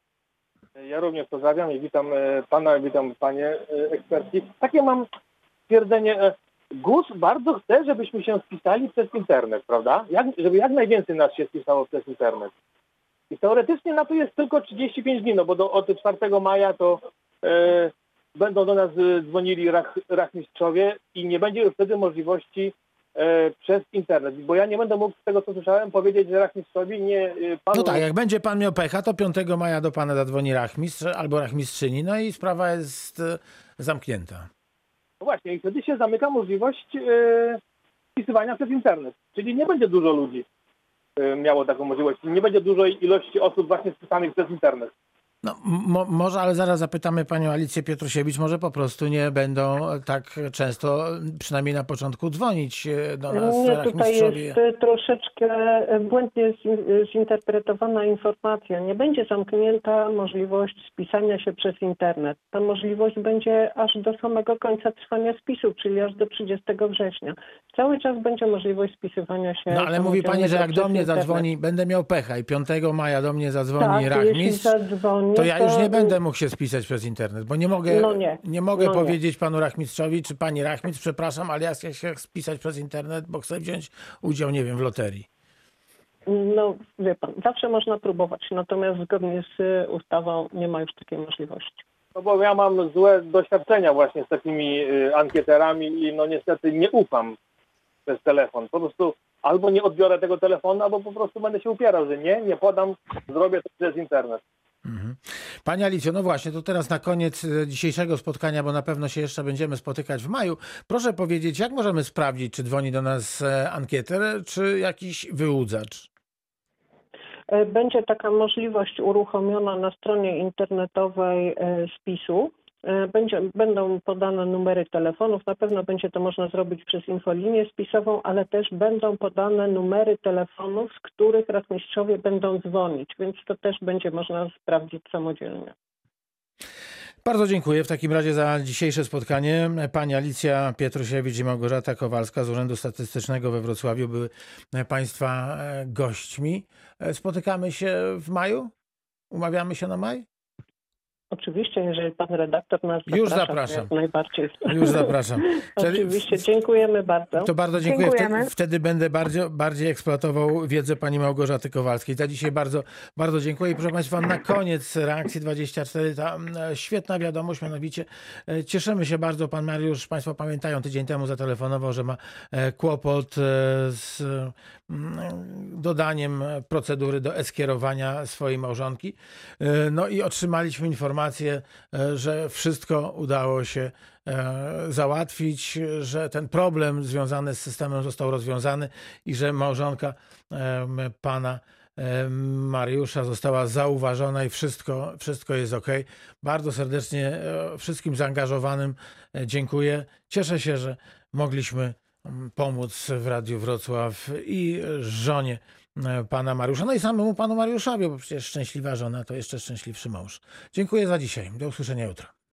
Ja również pozdrawiam i witam pana, witam panie ekspertki. Takie mam stwierdzenie. G U S bardzo chce, żebyśmy się spisali przez internet, prawda? Jak, żeby jak najwięcej nas się spisało przez internet. I teoretycznie na to jest tylko trzydzieści pięć dni, no bo do, od czwartego maja to e, będą do nas dzwonili rach, rachmistrzowie i nie będzie już wtedy możliwości e, przez internet. Bo ja nie będę mógł z tego, co słyszałem, powiedzieć, że rachmistrzowi nie... E, panu... No tak, jak będzie pan miał pecha, to piątego maja do pana zadzwoni rachmistrz albo rachmistrzyni, no i sprawa jest e, zamknięta. No właśnie, i wtedy się zamyka możliwość e, wpisywania przez internet. Czyli nie będzie dużo ludzi miało taką możliwość. Nie będzie dużej ilości osób właśnie spisanych przez internet. No mo, może, ale zaraz zapytamy panią Alicję Pietrusiewicz, może po prostu nie będą tak często, przynajmniej na początku, dzwonić do nas nie, tutaj jest troszeczkę błędnie zinterpretowana informacja. Nie będzie zamknięta możliwość spisania się przez internet. Ta możliwość będzie aż do samego końca trwania spisu, czyli aż do trzydziestego września. Cały czas będzie możliwość spisywania się. No ale mówi pani, że jak do mnie internet. zadzwoni, będę miał pecha i piątego maja do mnie zadzwoni tak, rachmistrz, zadzwoni, to ja już nie to... będę mógł się spisać przez internet, bo nie mogę, no nie. Nie mogę no powiedzieć nie. panu rachmistrzowi, czy pani rachmistrz, przepraszam, ale ja chcę się spisać przez internet, bo chcę wziąć udział, nie wiem, w loterii. No wie pan, zawsze można próbować, natomiast zgodnie z ustawą nie ma już takiej możliwości. No bo ja mam złe doświadczenia właśnie z takimi y, ankieterami i no niestety nie ufam przez telefon. Po prostu albo nie odbiorę tego telefonu, albo po prostu będę się upierał, że nie, nie podam, zrobię to przez internet. Mhm. Pani Alicjo, no właśnie, to teraz na koniec e, dzisiejszego spotkania, bo na pewno się jeszcze będziemy spotykać w maju. Proszę powiedzieć, jak możemy sprawdzić, czy dzwoni do nas e, ankieter, czy jakiś wyłudzacz? E, Będzie taka możliwość uruchomiona na stronie internetowej e, spisu. E, Będzie, będą podane numery telefonów, na pewno będzie to można zrobić przez infolinię spisową, ale też będą podane numery telefonów, z których rachmistrzowie będą dzwonić, więc to też będzie można sprawdzić samodzielnie. Bardzo dziękuję w takim razie za dzisiejsze spotkanie. Pani Alicja Pietrusiewicz i Małgorzata Kowalska z Urzędu Statystycznego we Wrocławiu były Państwa e, gośćmi. E, Spotykamy się w maju? Umawiamy się na maj? Oczywiście, jeżeli pan redaktor nas zaprasza, Już to zapraszam. jak najbardziej. Już zapraszam. Czyli Oczywiście, dziękujemy bardzo. To bardzo dziękuję. Dziękujemy. Wtedy, wtedy będę bardziej, bardziej eksploatował wiedzę pani Małgorzaty Kowalskiej. Za dzisiaj bardzo, bardzo dziękuję. I proszę Państwa, na koniec reakcji dwadzieścia cztery ta e, świetna wiadomość, mianowicie e, cieszymy się bardzo. Pan Mariusz, Państwo pamiętają, tydzień temu zatelefonował, że ma e, kłopot e, z mm, dodaniem procedury do e-skierowania swojej małżonki. E, no i otrzymaliśmy informację, e, że wszystko udało się e, załatwić, że ten problem związany z systemem został rozwiązany i że małżonka e, pana e, Mariusza została zauważona i wszystko, wszystko jest ok. Bardzo serdecznie e, wszystkim zaangażowanym e, dziękuję. Cieszę się, że mogliśmy mm, pomóc w Radiu Wrocław i żonie e, pana Mariusza, no i samemu panu Mariuszowi, bo przecież szczęśliwa żona to jeszcze szczęśliwszy mąż. Dziękuję za dzisiaj. Do usłyszenia jutro.